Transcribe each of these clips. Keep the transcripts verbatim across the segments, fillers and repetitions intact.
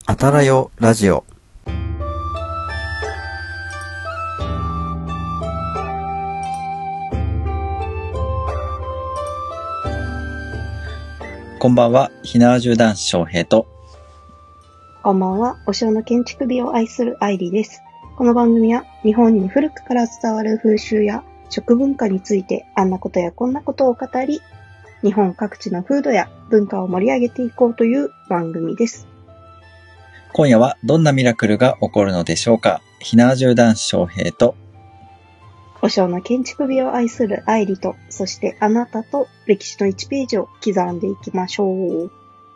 あたらよラジオ。こんばんは、ひなわじゅう男子翔平と。 こんばんは、お城の建築美を愛する愛理です。この番組は日本に古くから伝わる風習や食文化についてあんなことやこんなことを語り、日本各地の風土や文化を盛り上げていこうという番組です。 今夜はどんなミラクルが起こるのでしょうか。ひなわじゅう男子翔平と、 お城の建築美を愛する愛理と、そしてあなたと歴史のいちページを刻んでいきましょう。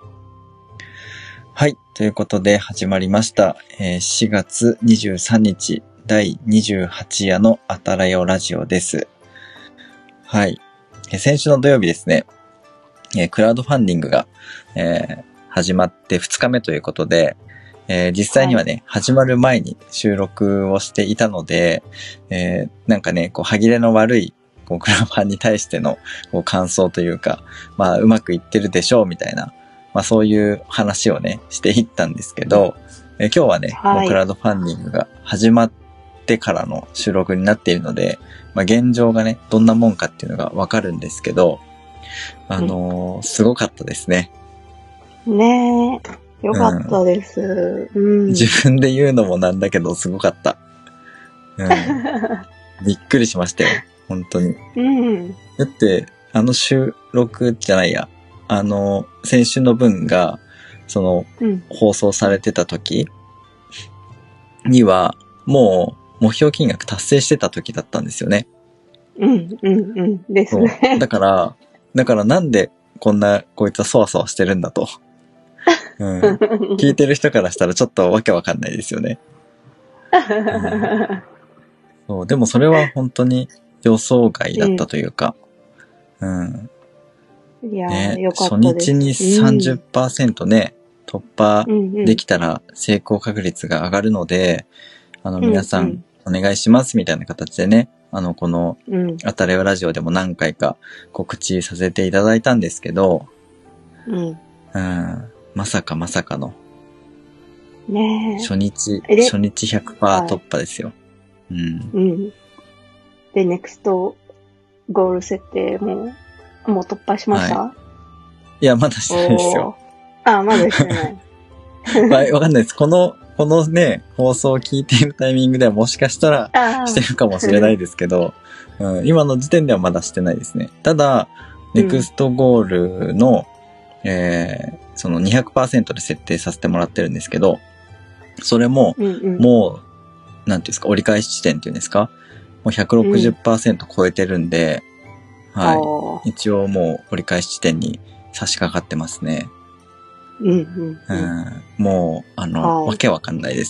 はい、ということで始まりました。えー、しがつにじゅうさんにちだいにじゅうはち夜のあたらよラジオです。はい、えー、先週の土曜日ですね、えー、クラウドファンディングが、えー、始まってふつかめということで、えー、実際にはね、はい、始まる前に収録をしていたので、えー、なんかね、こう歯切れの悪いこうクラファンに対してのこう感想というか、まあうまくいってるでしょうみたいな、まあそういう話をねしていったんですけど、えー、今日はね、はい、もうクラウドファンディングが始まってからの収録になっているので、まあ現状がねどんなもんかっていうのがわかるんですけど、あのーうん、すごかったですね。 ねえ。よかったです、うんうん。 自分で言うのもなんだけどすごかった。うん、びっくりしましたよ。本当に。 うん、 だって、あの収録じゃないや。あの、先週の分が、その、うん、放送されてた時には、もう目標金額達成してた時だったんですよね。 うん、うん、うん。ですね。 だから、だからなんでこんなこいつはそわそわしてるんだと。うん、聞いてる人からしたらちょっとわけわかんないですよね。うん、そう、でもそれは本当に予想外だったというか、うん。 うん、いやー、 ね、 よかったです。 初日に さんじゅっパーセント ね、うん、突破できたら成功確率が上がるので、あの皆さんお願いしますみたいな形でね、あのこのあたらよラジオでも何回か告知させていただいたんですけど、 うん、 うんまさかまさかの。 ねえ。 初日、初日 ひゃくパーセント 突破ですよ。うん。 うん。で、ネクストゴール設定も、もう突破しました？ はい、いや、まだしてないですよ。 あ、まだしてない。 まあ、わかんないです。この、このね、放送を聞いているタイミングではもしかしたらしてるかもしれないですけど、うん、今の時点ではまだしてないですね。ただ、ネクストゴールの、うん、えー、その にひゃくパーセント で設定させてもらってるんですけど、それも、うんうん、もう、なんていうんですか、折り返し地点っていうんですか、もう ひゃくろくじゅっパーセント 超えてるんで、うん、はい。一応もう折り返し地点に差し掛かってますね。 うんうんうんうん、もう、あの、わけわかんないです。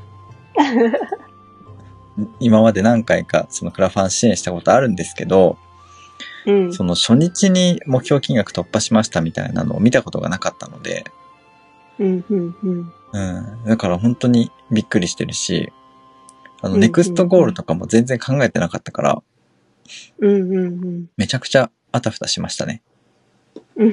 今まで何回かそのクラファン支援したことあるんですけど、うん、その初日に目標金額突破しましたみたいなのを見たことがなかったので、 うんうんうんうん、だから本当にびっくりしてるし、あの、ネクストゴールとかも全然考えてなかったから、 うんうんうん、 めちゃくちゃあたふたしましたね。うん。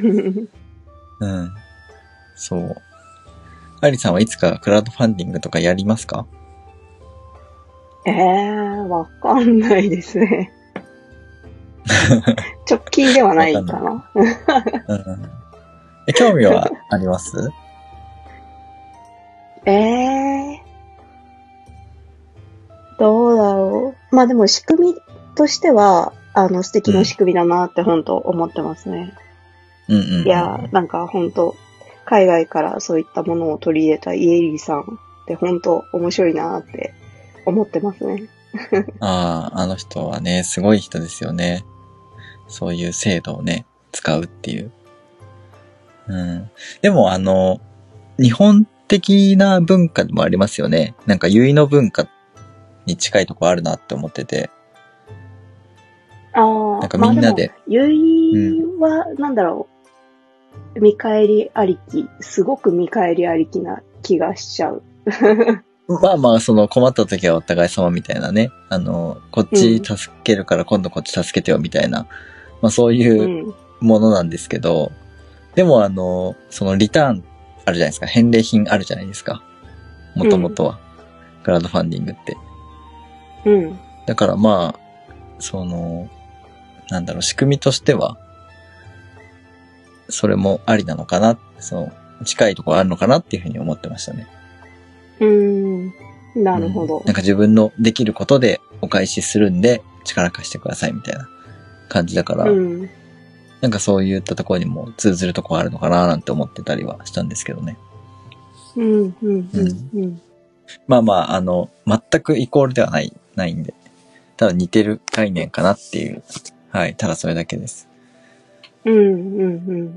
そう。アリさんはいつかクラウドファンディングとかやりますか？ えー、わかんないですね。直近ではないかな。なうん、 え興味はあります？ えー、どうだろう。まあでも仕組みとしては、あの素敵な仕組みだなって本当思ってますね。 うんうんうんうん、 いや、なんか本当海外からそういったものを取り入れたイエリーさんって本当面白いなって思ってますね。 ああ、あの人はね、すごい人ですよね。そういう制度をね、使うっていう。うん。でもあの、日本的な文化でもありますよね。なんか結の文化に近いところあるなって思ってて。 ああ、 なんかみんなで。 まあ、で結は、なんだろう、うん、見返りありき、すごく見返りありきな気がしちゃう。 まあまあ、その困った時はお互い様みたいなね。あの、こっち助けるから今度こっち助けてよみたいな。まあそういうものなんですけど、うん、でもあの、そのリターンあるじゃないですか。返礼品あるじゃないですか。もともとは、うん。クラウドファンディングって。 うん。 だからまあ、その、なんだろう、仕組みとしては、それもありなのかな、その、近いところあるのかなっていうふうに思ってましたね。 うーん。なるほど、 うん。なんか自分のできることでお返しするんで、力貸してくださいみたいな感じだから、うん、なんかそういったところにも通ずるところあるのかななんて思ってたりはしたんですけどね。 うん、うん、うん、うん。 まあまあ、あの、全くイコールではない、ないんで、ただ似てる概念かなっていう、はい、ただそれだけです。 うん、うん、うん、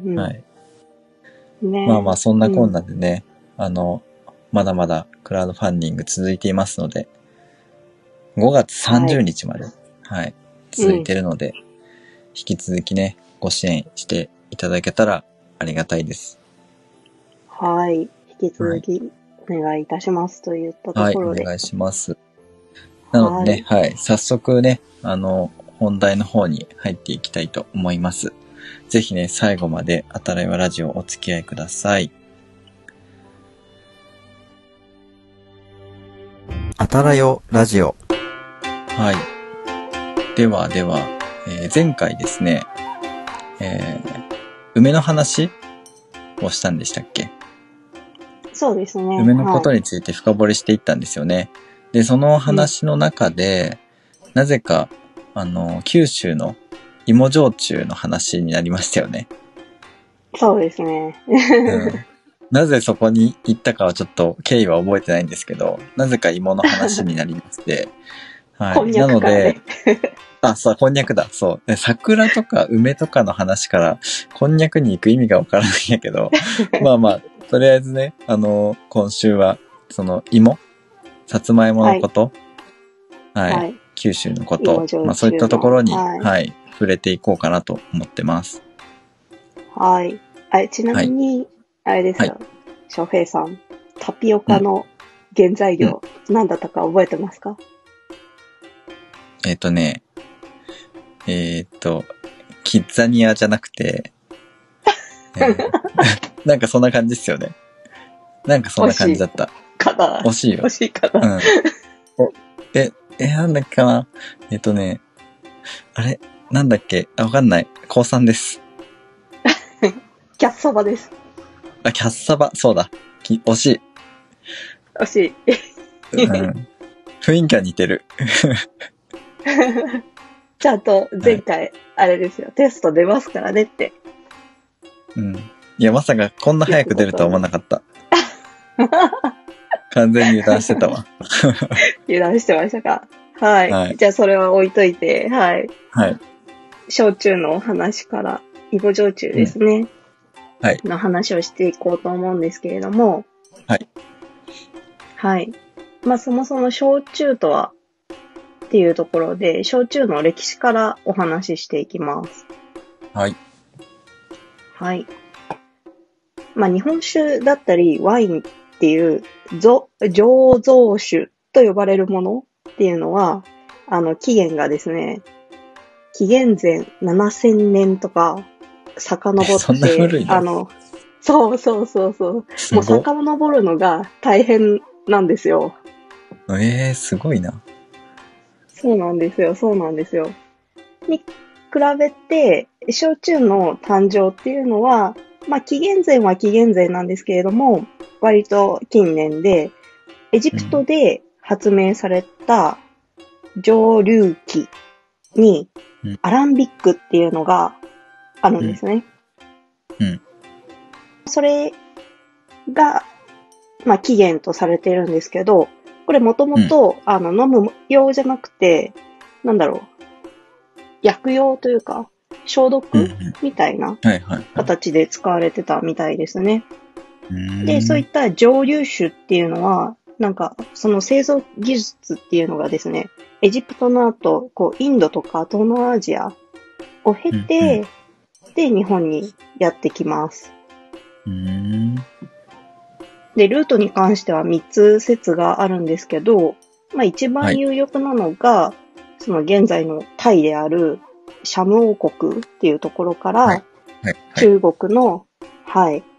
うん。はい。 ね、まあまあ、そんなこんなでね、うん、あの、まだまだクラウドファンディング続いていますので、ごがつさんじゅうにちまで、はい、はい、続いているので、うん、引き続きね、ご支援していただけたらありがたいです。 はい。引き続きお願いいたします、はい、といったところで。 はい、お願いします。なのでね、はい、はい、早速ね、あの、本題の方に入っていきたいと思います。ぜひね、最後まであたらいわラジオお付き合いください。あたらよラジオ。はい。ではでは、えー、前回ですね、えー、梅の話をしたんでしたっけ？ そうですね。 梅のことについて深掘りしていったんですよね。はい、で、その話の中で、うん、なぜか、あの、九州の芋焼酎の話になりましたよね。 そうですね。 うんなぜそこに行ったかはちょっと経緯は覚えてないんですけど、なぜか芋の話になりまして。はい。こんにゃくからね、なので、あ、そう、こんにゃくだ。そう。桜とか梅とかの話から、こんにゃくに行く意味がわからないんやけど、まあまあ、とりあえずね、あの、今週は、その芋、さつまいものこと、はい。はい、九州のこと、まあそういったところに、はい、はい、触れていこうかなと思ってます。 はい。あちなみに、はいあれですか、はい、翔平さん、タピオカの原材料、うん、何だったか覚えてますか？ えっとね、えー、っと、キッザニアじゃなくて、えー、なんかそんな感じですよね。なんかそんな感じだった。 かな惜しいよ。 惜しいかな、うん、 おえ、え、なんだっけかなえっとね、あれなんだっけあ、わかんない。高さんです。 キャッサバです。 あ、キャッサバ、そうだ。き惜しい。 惜しい。 うん、雰囲気は似てる。 ちゃんと前回、はい、あれですよ、テスト出ますからねって。 うん。いや、まさかこんな早く出るとは思わなかった。完全に油断してたわ。 油断してましたか。はい。はい、じゃあそれは置いといて、はい。 はい。 焼酎のお話から、芋焼酎ですね。うんはい。 の話をしていこうと思うんですけれども。 はい。 はい。まあそもそも焼酎とはっていうところで、焼酎の歴史からお話ししていきます。 はい。 はい。まあ日本酒だったりワインっていう醸造酒と呼ばれるものっていうのは、あの起源がですね、紀元前ななせんねんとか、遡って、 そんな古いの？ あの、そうそうそうそう。もう遡るのが大変なんですよ。 ええー、すごいな。 そうなんですよ、そうなんですよ。に比べて、焼酎の誕生っていうのは、まあ紀元前は紀元前なんですけれども、割と近年で、エジプトで発明された蒸留機に、アランビックっていうのがあるんですね。 うん。うん、 それが、まあ、起源とされているんですけど、これもともと、あの、飲む用じゃなくて、なんだろう、薬用というか、消毒みたいな形で使われてたみたいですね。で、そういった蒸留酒っていうのは、なんか、その製造技術っていうのがですね、エジプトの後、こう、インドとか東南アジアを経て、うんうん、で、日本にやってきます。 うーんで、ルートに関してはみっつ説があるんですけど、まあ一番有力なのが、はい、その現在のタイであるシャム王国っていうところから、はいはいはい、中国の、はい、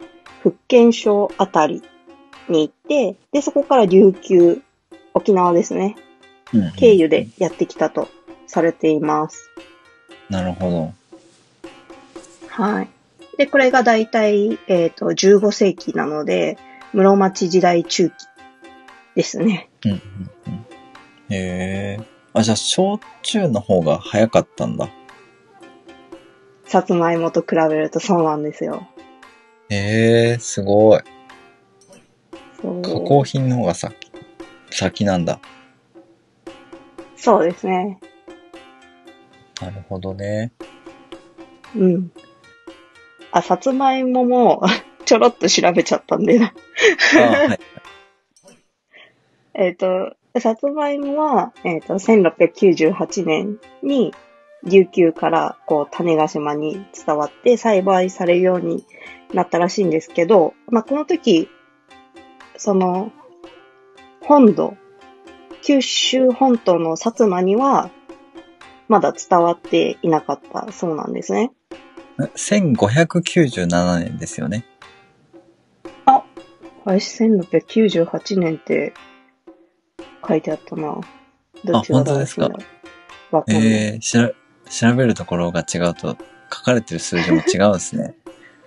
福建省あたりに行って、で、そこから琉球、沖縄ですね。 うんうん、 経由でやってきたとされています。 なるほど。 はい。で、これがだいたい、えっと、じゅうごせいきなので、室町時代中期ですね。 うんうんうん、へえ。あ、じゃあ、焼酎の方が早かったんだ。 さつまいもと比べるとそうなんですよ。 へえ、すごい。 そう加工品の方が先、先なんだ。 そうですね。 なるほどね。 うん。あ、さつまいももちょろっと調べちゃったんでなあはい。 えっと、さつまいもは、えっと、せんろっぴゃくきゅうじゅうはちねんに琉球からこう種子島に伝わって栽培されるようになったらしいんですけど、まあ、この時、その、本土、九州本島の薩摩には、まだ伝わっていなかったそうなんですね。 せんごひゃくきゅうじゅうななねんですよね。 あ、あれせんろっぴゃくきゅうじゅうはちねんって書いてあったな。どっちが正しいんだろう。わかんない。 えー、しら、調べるところが違うと、書かれてる数字も違うんですね。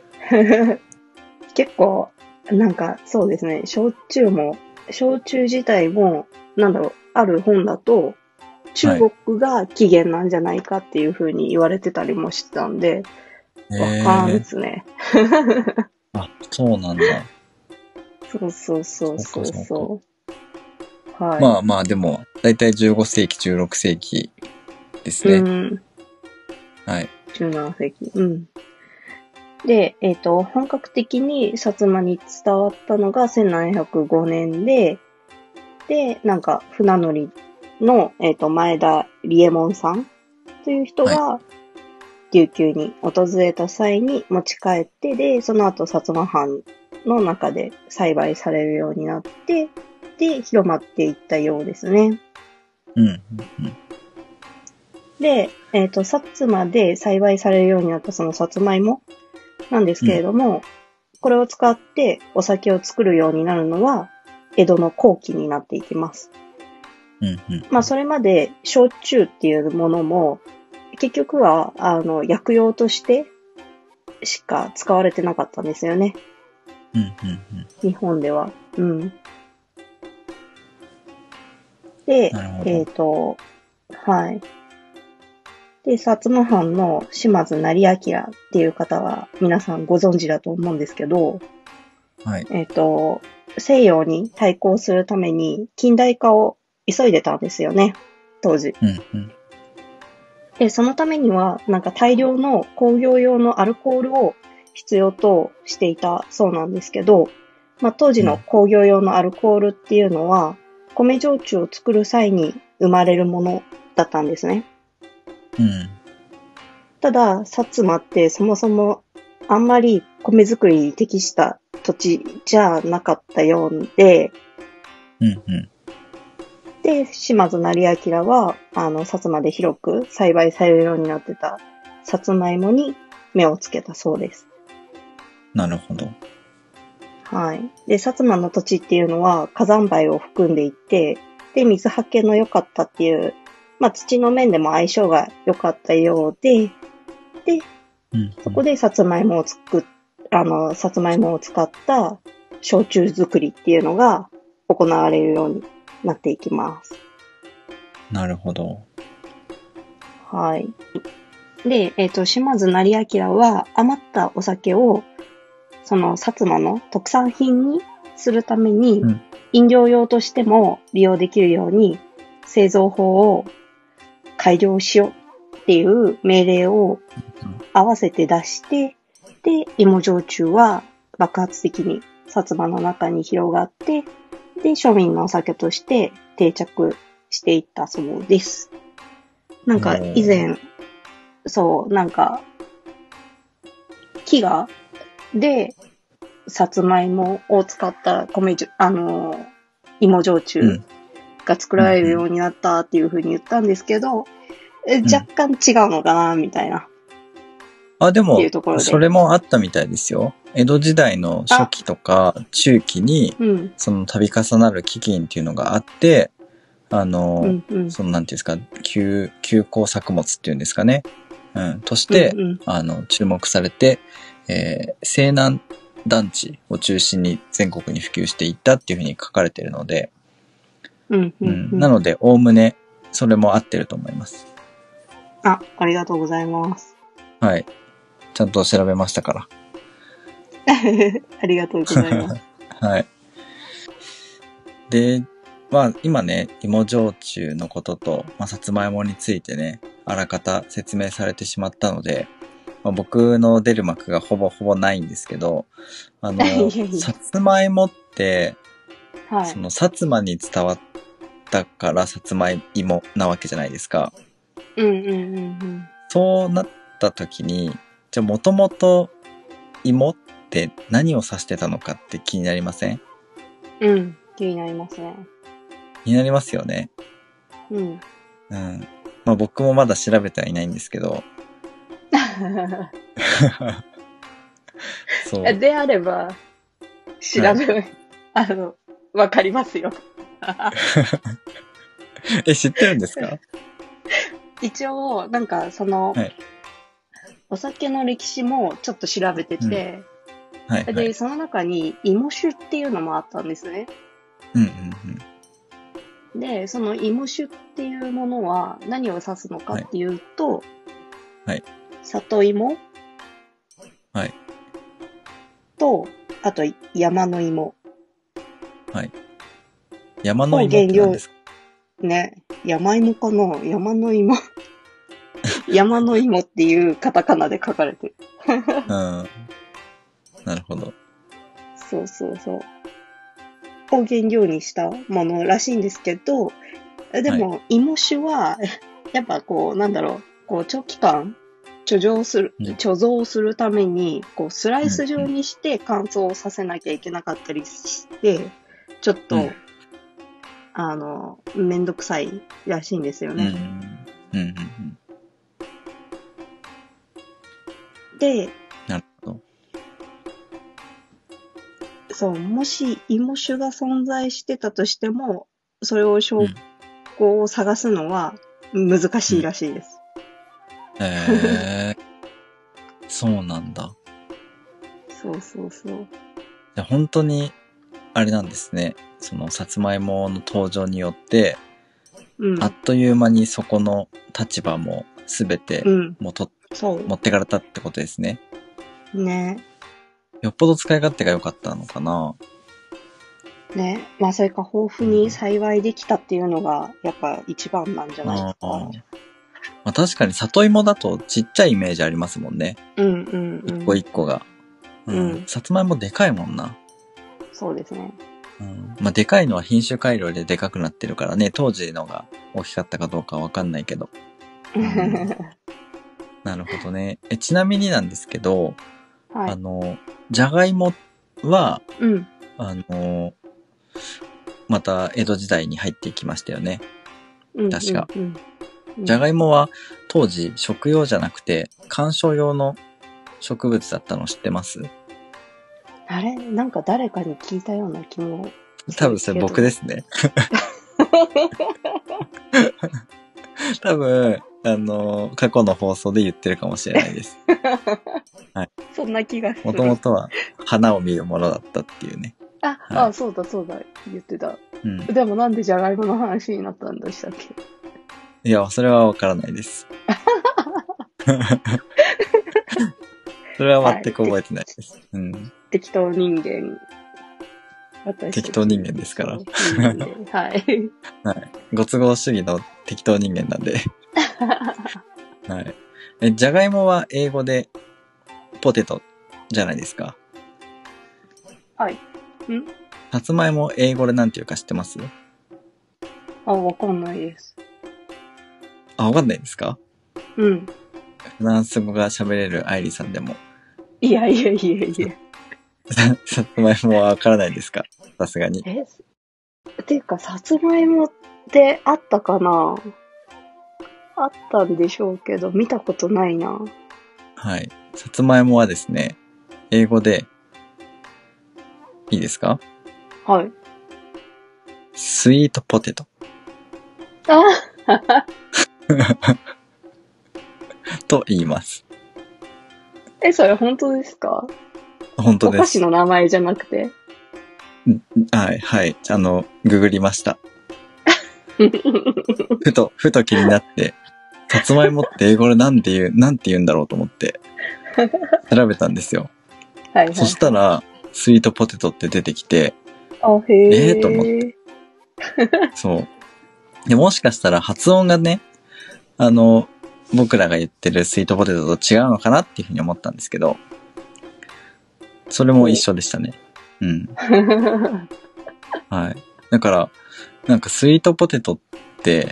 結構、なんかそうですね、焼酎も、焼酎自体も、なんだろう、ある本だと、中国が起源なんじゃないかっていう風に言われてたりもしてたんで、わ、 はい、 からんでえー、 すね。 あ、そうなんだ。 そうそうそうそうそうかそう。はい。 まあまあ、でも、だいたいじゅうごせいき、じゅうろくせいきですね。 うん。 はい。 じゅうななせいき。うん。で、えっと、本格的に薩摩に伝わったのがせんななひゃくごねんで、で、なんか、船乗りの、えっと、前田利右衛門さんという人が、琉球に訪れた際に持ち帰って、で、その後、薩摩藩の中で栽培されるようになって、で、広まっていったようですね。 うん。うん、 で、えっと、薩摩で栽培されるようになったそのさつまいもなんですけれども、うん、これを使ってお酒を作るようになるのは、江戸の後期になっていきます。 うんうん、 まあ、それまで焼酎っていうものも、結局は、あの、薬用としてしか使われてなかったんですよね。 うんうんうん、 日本では。うん。で、えっと、はい。で、薩摩藩の島津成明っていう方は皆さんご存知だと思うんですけど、 はい。 えっと、西洋に対抗するために近代化を急いでたんですよね、当時。 うんうん、 で、そのためには、なんか大量の工業用のアルコールを必要としていたそうなんですけど、まあ、当時の工業用のアルコールっていうのは、米焼酎を作る際に生まれるものだったんですね。 うん、 ただ、薩摩ってそもそもあんまり米作りに適した土地じゃなかったようで、 うんうん、 で、島津成明は、あの、薩摩で広く栽培されるようになってたさつまいもに目をつけたそうです。 なるほど。 はい。で、薩摩の土地っていうのは火山灰を含んでいて、で、水はけの良かったっていう、まあ、土の面でも相性が良かったようで、で、 うんうん、 そこでさつまいもを作っ、あの、さつまいもを使った焼酎作りっていうのが行われるようになっていきます。 なるほど。 はい。で、えっと、島津成明は余ったお酒を、その、薩摩の特産品にするために、うん、飲料用としても利用できるように、製造法を改良しようっていう命令を合わせて出して、で、芋焼酎は爆発的に薩摩の中に広がって、で、庶民のお酒として定着していったそうです。なんか以前、そう、なんか、飢餓で、さつまいもを使った米じゅ、あの、芋焼酎が作られるようになったっていう風に言ったんですけど、うん、若干違うのかな、みたいな。 あ、でもっていうところで。 それもあったみたいですよ。江戸時代の初期とか中期に、 うん。 その度重なる飢饉っていうのがあって、あの、 うんうん。 そのなんていうんですか、休、休耕作物っていうんですかね。うん、として、 うんうん。 あの、注目されて、えー西南団地を中心に全国に普及していったっていうふうに書かれているので、 うんううんんうん。 なので、おおむね、それも合ってると思います。 あ、ありがとうございます。 はい。ちゃんと調べましたかありがとうございます。 ら。はい。で、まあ、今ね、芋焼酎のことと、まあ、さつまいもについてね、あらかた説明されてしまったので、まあ、僕の出る幕がほぼほぼないんですけど、あの、 いやいやさつまいもって、 はい。 その、薩摩に伝わったからさつまいもなわけじゃないですか。 うんうんうんうん。 そうなった時に、じゃあもともと芋って何を指してたのかって気になりません？ うん。気になりますね。 気になりますよね。 うん。 うん。まあ僕もまだ調べてはいないんですけど。そう。 であれば、調べ、はい、あの、わかりますよ。 え、知ってるんですか？ 一応、なんか、その、はい、お酒の歴史もちょっと調べてて、うんはいはい、で、その中に芋酒っていうのもあったんですね。 うんうんうん、 で、その芋酒っていうものは何を指すのかっていうと、 はい、 里芋、 はい、 と、あと山の芋。 はい。山の芋って何ですか？ ね、山芋かな？山の芋。山の芋っていうカタカナで書かれてる。うん。 なるほど。 そうそうそう。を原料にしたものらしいんですけど、でも、はい、芋酒は、やっぱこう、なんだろう、こう、長期間、貯蔵する、貯蔵するために、こう、スライス状にして乾燥させなきゃいけなかったりして、ちょっと、うん、あの、めんどくさいらしいんですよね。 うんうんうんうん、 で、 なるほど。 そう、もし芋酒が存在してたとしても、それを証拠を探すのは難しいらしいです。 うん、へー。そうなんだ。 そうそうそう。 じゃ本当に、あれなんですね。その、さつまいもの登場によって、うん、あっという間にそこの立場もすべてもと、うん、そう持ってかれたってことですね。 ね。 よっぽど使い勝手が良かったのかな。 ね。まあ、それか豊富に栽培できたっていうのが、やっぱ一番なんじゃないですか。あまあ、確かに里芋だとちっちゃいイメージありますもんね。 うんうんうん。 一個一個が。うん。うん、さつまいもでかいもんな。 そうですね。 うん。まあ、でかいのは品種改良ででかくなってるからね、当時のが大きかったかどうかわかんないけど。うん、なるほどね。え、ちなみになんですけど、はい、あの、じゃがいもは、うん、あの、また江戸時代に入っていきましたよね。確か。うんうんうん、じゃがいもは当時食用じゃなくて観賞用の植物だったの知ってます？ あれなんか誰かに聞いたような気も。 多分それ僕ですね。多分、あの、過去の放送で言ってるかもしれないです。はい。 そんな気がする。 もともとは花を見るものだったっていうね。 あ、はい、あ、そうだそうだ、言ってた。うん。でもなんでじゃがいもの話になったんでしたっけ？ いや、それはわからないです。それは全く覚えてないです。はい、うん。 適当人間。 適当人間ですから。 はい。 はい。ご都合主義の適当人間なんで。はい。え、じゃがいもは英語でポテトじゃないですか。 はい。ん？ さつまいも英語でなんていうか知ってます？ あ、わかんないです。 あ、わかんないですか？ うん。 フランス語が喋れる愛理さんでも。 いやいやいやいや。 さつまいもはわからないですか？さすがに。 え？っていうか、さつまいもってあったかな？あったんでしょうけど、見たことないな。 はい。さつまいもはですね、英語で、いいですか？ はい。 スイートポテト。 あと言います。 え、それ本当ですか？ 本当です。 お菓子の名前じゃなくて。 はい、はい。あの、ググりました。ふと、ふと気になって、さつまいもって英語でなんて言う、なんて言うんだろうと思って、調べたんですよ。 はい、はい。 そしたら、スイートポテトって出てきて、 あ、へえ。 えーと思って。そう。で、もしかしたら発音がね、あの、僕らが言ってるスイートポテトと違うのかなっていうふうに思ったんですけど、それも一緒でしたね。うん。はい。だから、なんかスイートポテトって、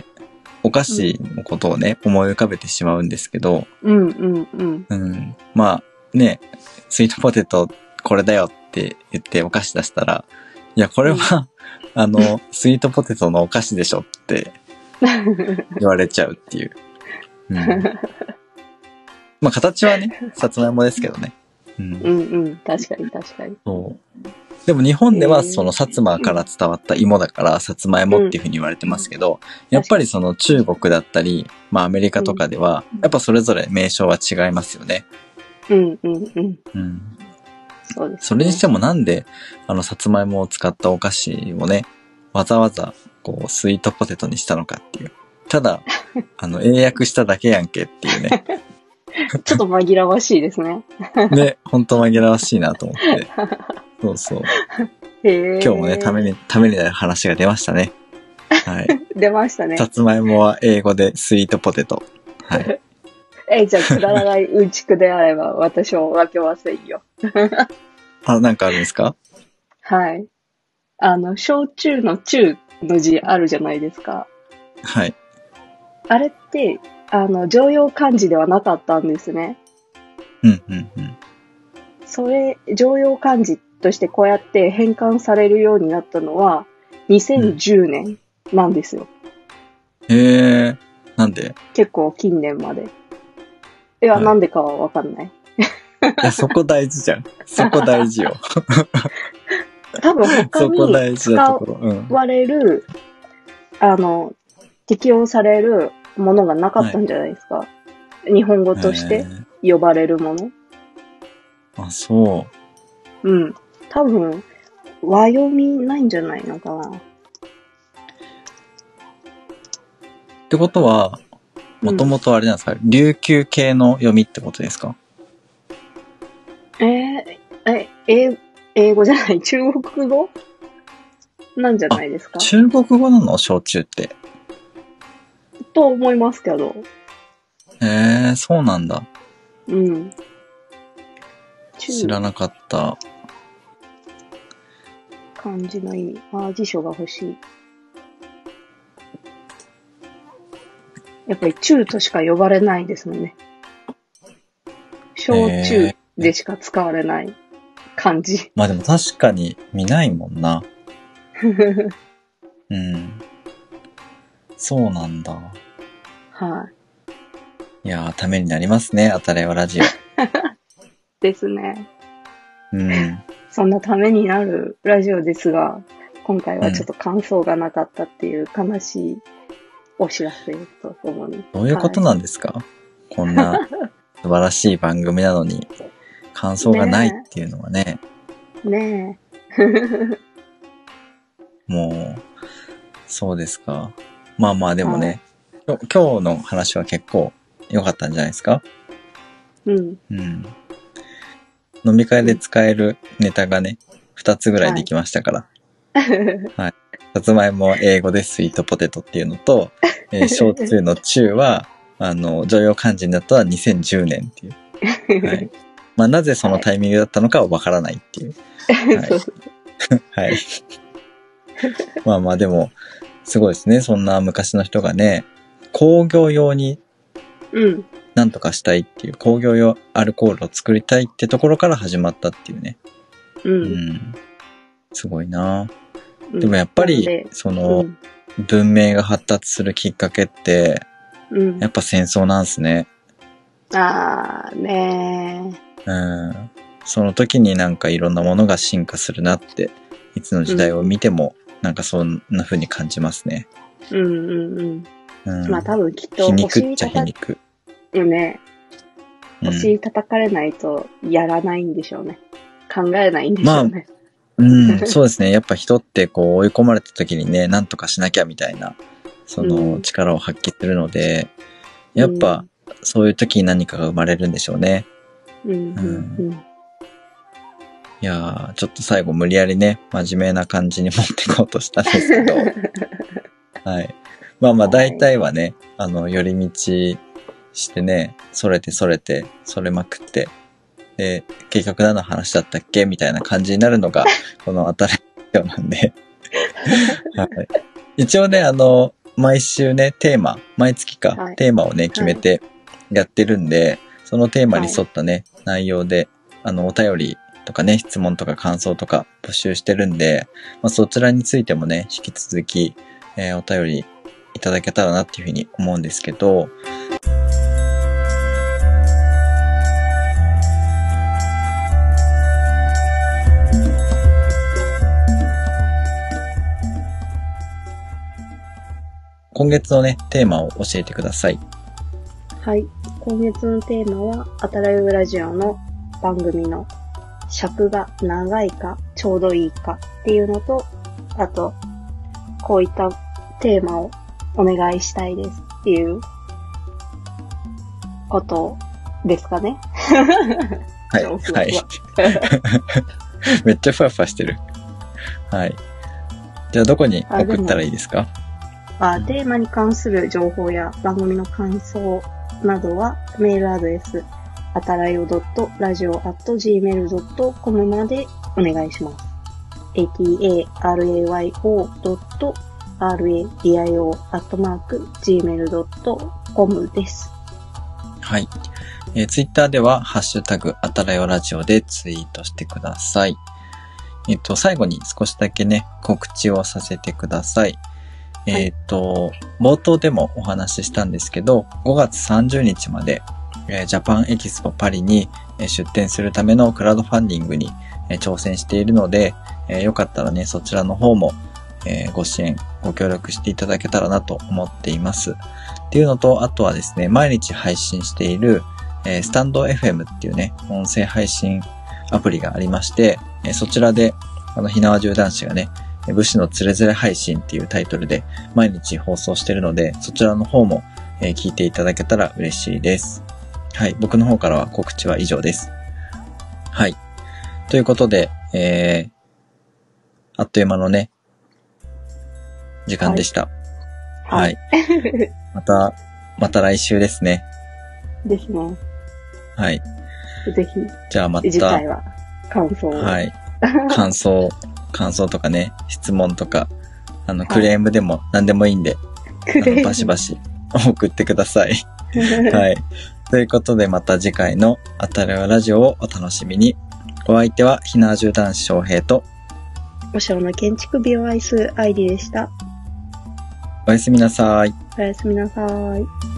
お菓子のことをね、うん、思い浮かべてしまうんですけど、 うんうんうん。 うん。まあ、ね、スイートポテトこれだよって言ってお菓子出したら、いや、これは、うん、あの、スイートポテトのお菓子でしょって言われちゃうっていう。うん、まあ、形はね、さつまいもですけどね。うん、 うんうん、確かに確かに。 そう。でも日本ではその薩摩から伝わった芋だからさつまいもっていうふうに言われてますけど、やっぱりその中国だったり、まあアメリカとかでは、やっぱそれぞれ名称は違いますよね。 うんうんうん。 うん。 そうですね。 それにしてもなんで、あのさつまいもを使ったお菓子をね、わざわざこうスイートポテトにしたのかっていう。ただ、あの英訳しただけやんけっていうね。 ちょっと紛らわしいですね。 ね、ほんと紛らわしいなと思って。そうそう。 へ今日もね、ために、ためになる話が出ましたね。はい。 出ましたね。 さつまいもは英語でスイートポテト。はい。 え、じゃあ、くだらないうんちくであれば、私も分けませんよ。 あ、なんかあるんですか？ はい。あの、焼酎の酎の字あるじゃないですか。 はい。 あれって、あの、常用漢字ではなかったんですね。 うんうんうん。 それ、常用漢字としてこうやって変換されるようになったのは、にせんじゅうねんなんですよ。 うん、へえ、なんで？ 結構近年まで。いや、はい、なんでかはわかんない。 いや、そこ大事じゃん。そこ大事よ。 多分他に使われる、うん、あの、適用されるものがなかったんじゃないですか。はい、日本語として呼ばれるもの。 あ、そう。 うん。多分、和読みないんじゃないのかな。 ってことは、もともとあれなんですか、うん、琉球系の読みってことですか？ えー、え、英、英語じゃない、中国語なんじゃないですか？ 中国語なの？焼酎って。 と思いますけど。 へえー、そうなんだ。 うん。 知らなかった。 漢字の意味。ああ、辞書が欲しい。やっぱり中としか呼ばれないですもんね。焼酎でしか使われない漢字。 まあでも確かに見ないもんな。うん。そうなんだ。 はい。 いやー、ためになりますね、あたれよラジオ。 ですね。 うん。 そんなためになるラジオですが、今回はちょっと感想がなかったっていう悲しいお知らせとともに。 どういうことなんですか？はい、こんな素晴らしい番組なのに感想がないっていうのはね。 ねえ。 もう、そうですか。まあまあでもね、はい、今日の話は結構良かったんじゃないですか？ うん。 うん。飲み会で使えるネタがね、二つぐらいできましたから。はい。はい。さつまいもは英語でスイートポテトっていうのと、えー、焼酎の酎は、あの、常用漢字になったのはにせんじゅうねんっていう。はい。まあ、なぜそのタイミングだったのかはわからないっていう。はい。はい。まあまあでも、すごいですね。そんな昔の人がね、工業用に、 うん。 なんとかしたいっていう、工業用アルコールを作りたいってところから始まったっていうね。 うん。うんうん、すごいな。でもやっぱり、うん、その、 うん、 文明が発達するきっかけって、 うん、 やっぱ戦争なんすね。 あーねー。うん。その時になんかいろんなものが進化するなって、いつの時代を見ても、なんかそんな風に感じますね。 うんうんうん。 うん、 まあ多分きっと皮肉っちゃ皮肉。 よね。お尻叩かれないとやらないんでしょうね。考えないんでしょうね。 まあ、うん、そうですね。やっぱ人ってこう追い込まれた時にね、なんとかしなきゃみたいな、その力を発揮するので、うん、やっぱそういう時に何かが生まれるんでしょうね。 うんうんうん、 いやー、ちょっと最後無理やりね、真面目な感じに持っていこうとしたんですけど、はい。まあまあ大体はね、あの、寄り道してね、それてそれて、それまくって、で、結局何の話だったっけみたいな感じになるのが、この新しいよなんで、はい。一応ね、あの、毎週ね、テーマ、毎月か、はい、テーマをね、決めてやってるんで、はい、そのテーマに沿ったね、はい、内容で、あの、お便りとかね、質問とか感想とか募集してるんで、まあ、そちらについてもね、引き続き、えー、お便りいただけたらなっていうふうに思うんですけど、今月のね、テーマを教えてください。 はい。今月のテーマは、あたらよラジオの番組の尺が長いか、ちょうどいいかっていうのと、あと、こういったテーマをお願いしたいですっていうことですかね。 はい。はい。めっちゃふわふわしてる。はい。じゃあどこに送ったらいいですか？ あ、テーマに関する情報や番組の感想などはメールアドレスあたらよ .radio アット ジーメール ドット コム までお願いします。エーティーエーアールエーワイオー ドット アールエーディーアイオー アットマーク ジーメール ドット コム です。 はい。えー、ツイッターではハッシュタグあたらよラジオでツイートしてください。えっと、最後に少しだけね、告知をさせてください。えっと、冒頭でもお話ししたんですけど、ごがつさんじゅうにちまで、えー、ジャパンエキスポパリに出展するためのクラウドファンディングに挑戦しているので、えー、よかったらね、そちらの方も、えー、ご支援、ご協力していただけたらなと思っています。っていうのと、あとはですね、毎日配信している、えー、スタンド エフエム っていうね、音声配信アプリがありまして、えー、そちらで、あの、ひなわじゅう男子がね、武士のつれづれ配信っていうタイトルで毎日放送してるので、そちらの方も、えー、聞いていただけたら嬉しいです。はい。僕の方からは告知は以上です。はい。ということで、えー、あっという間のね、時間でした。はい。はい、また、また来週ですね。 ですね。 はい。 ぜひ。 じゃあまた。 次回は感想を。 はい。感想。感想とかね、質問とか、あの、クレームでも何でもいいんで、はい、あのバシバシ送ってください。はい。ということで、また次回のあたらよラジオをお楽しみに。お相手は、ひなわじゅう男子翔平と、 おしょうの建築美を愛する愛理でした。 おやすみなさい。 おやすみなさい。